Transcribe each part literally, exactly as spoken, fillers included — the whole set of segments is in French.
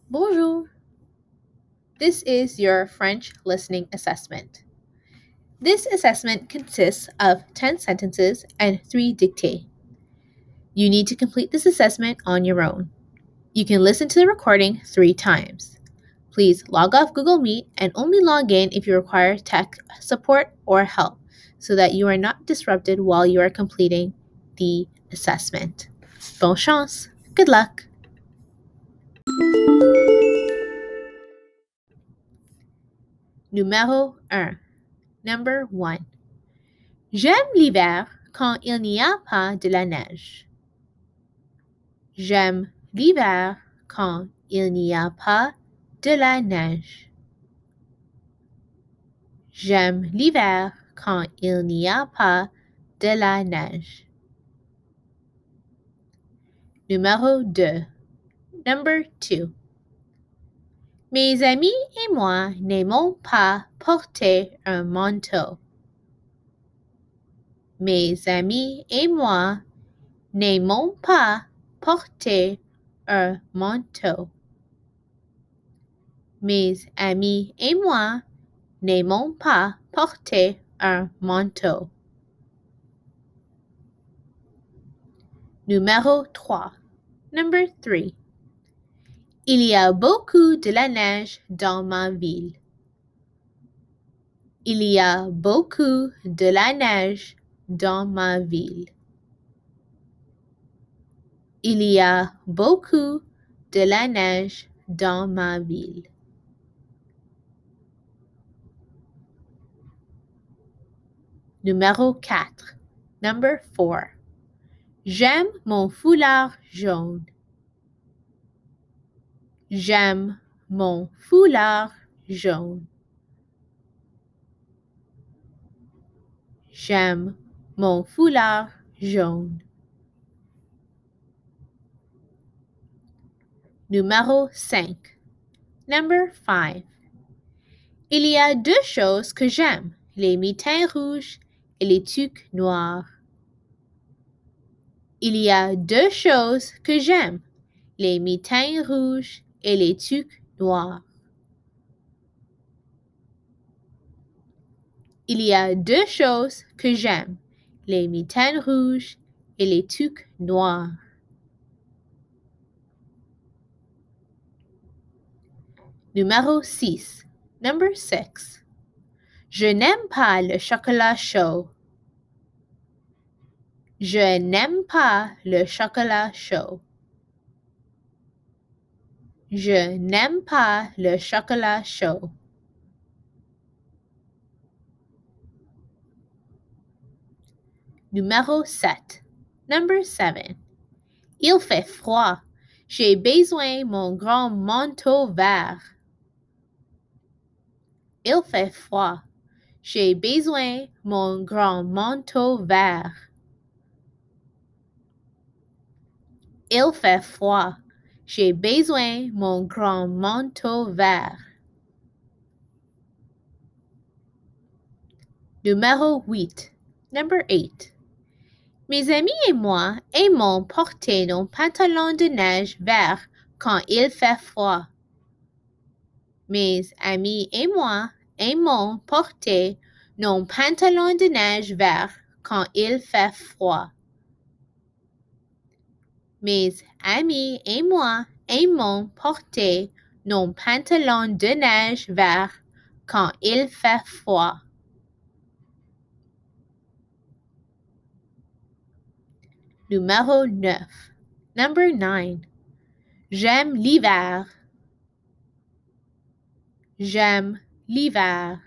Bonjour. This is your French listening assessment. This assessment consists of ten sentences and three dictées. You need to complete this assessment on your own. You can listen to the recording three times. Please log off Google Meet and only log in if you require tech support or help so that you are not disrupted while you are completing the assessment. Bonne chance. Good luck. Numéro un. Number one. J'aime l'hiver quand il n'y a pas de la neige. J'aime l'hiver quand il n'y a pas de la neige. J'aime l'hiver quand il n'y a pas de la neige. Numéro deux. Number two. Mes amis et moi n'aimons pas porter un manteau. Mes amis et moi n'aimons pas porter un manteau. Mes amis et moi n'aimons pas porter un manteau. Numéro trois. Number three. Il y a beaucoup de la neige dans ma ville. Il y a beaucoup de la neige dans ma ville. Il y a beaucoup de la neige dans ma ville. Numéro quatre. Number four. J'aime mon foulard jaune. J'aime mon foulard jaune. J'aime mon foulard jaune. Numéro cinq. Number five. Il y a deux choses que j'aime, les mitaines rouges et les tuques noirs. Il y a deux choses que j'aime, les mitaines rouges et les tuques noirs. Il y a deux choses que j'aime, les mitaines rouges et les tuques noirs. Numéro six. Number six. Je n'aime pas le chocolat chaud. Je n'aime pas le chocolat chaud. Je n'aime pas le chocolat chaud. Numéro sept. Number seven. Il fait froid. J'ai besoin mon grand manteau vert. Il fait froid. J'ai besoin mon grand manteau vert. Il fait froid. J'ai besoin mon grand manteau vert. Numéro huit. Number eight. Mes amis et moi aimons porter nos pantalons de neige verts quand il fait froid. Mes amis et moi aimons porter nos pantalons de neige verts quand il fait froid. Mes amis et moi aimons porter nos pantalons de neige verts quand il fait froid. Numéro neuf. Number nine. J'aime l'hiver. J'aime l'hiver.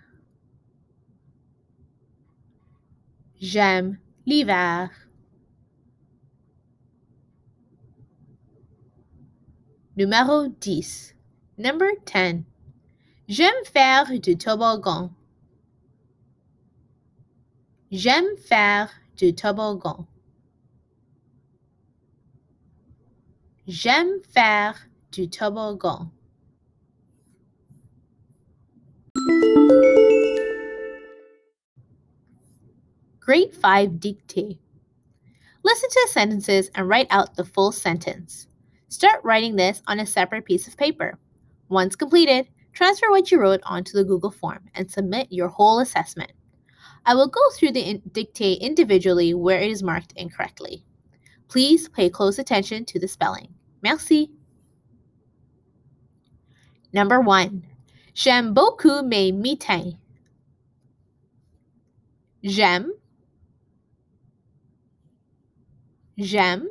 J'aime l'hiver. Numéro dix. Number ten. J'aime faire du toboggan. J'aime faire du toboggan. J'aime faire du toboggan. Grade five dictée. Listen to the sentences and write out the full sentence. Start writing this on a separate piece of paper. Once completed, transfer what you wrote onto the Google form and submit your whole assessment. I will go through the in- dictate individually where it is marked incorrectly. Please pay close attention to the spelling. Merci. Number one. J'aime beaucoup mes mitaines. J'aime. J'aime.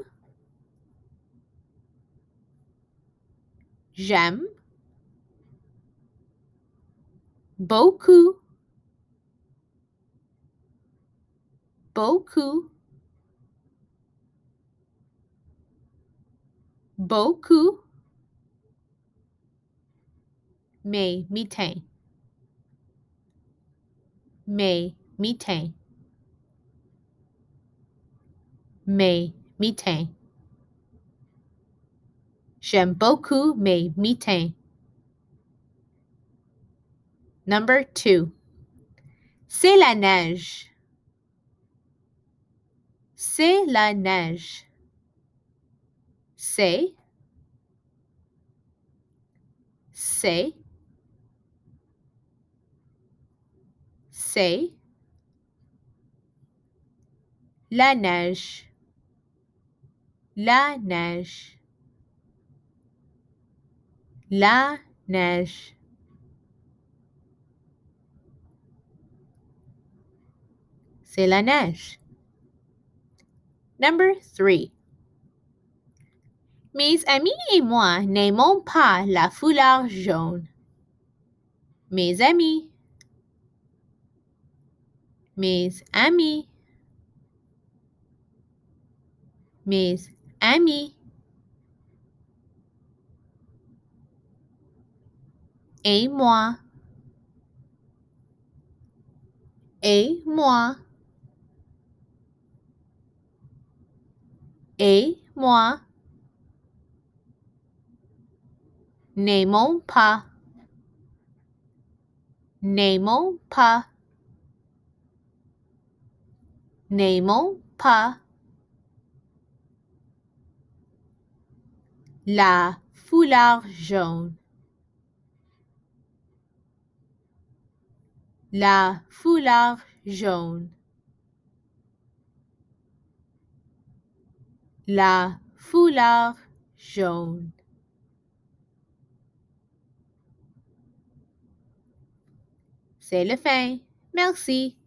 J'aime. Beaucoup. Beaucoup. Beaucoup. Mes mitaines. Mes mitaines. Mes mitaines. J'aime beaucoup mes mitaines. Number two. C'est la neige. C'est la neige. C'est. C'est. C'est. La neige. La neige. La neige. C'est la neige. Number three. Mes amis et moi n'aimons pas la foulard jaune. Mes amis. Mes amis. Mes amis. Et moi. Et moi. Et moi. N'aimons pas. N'aimons pas. N'aimons pas. La foulard jaune. La foulard jaune. La foulard jaune. C'est le fin. Merci.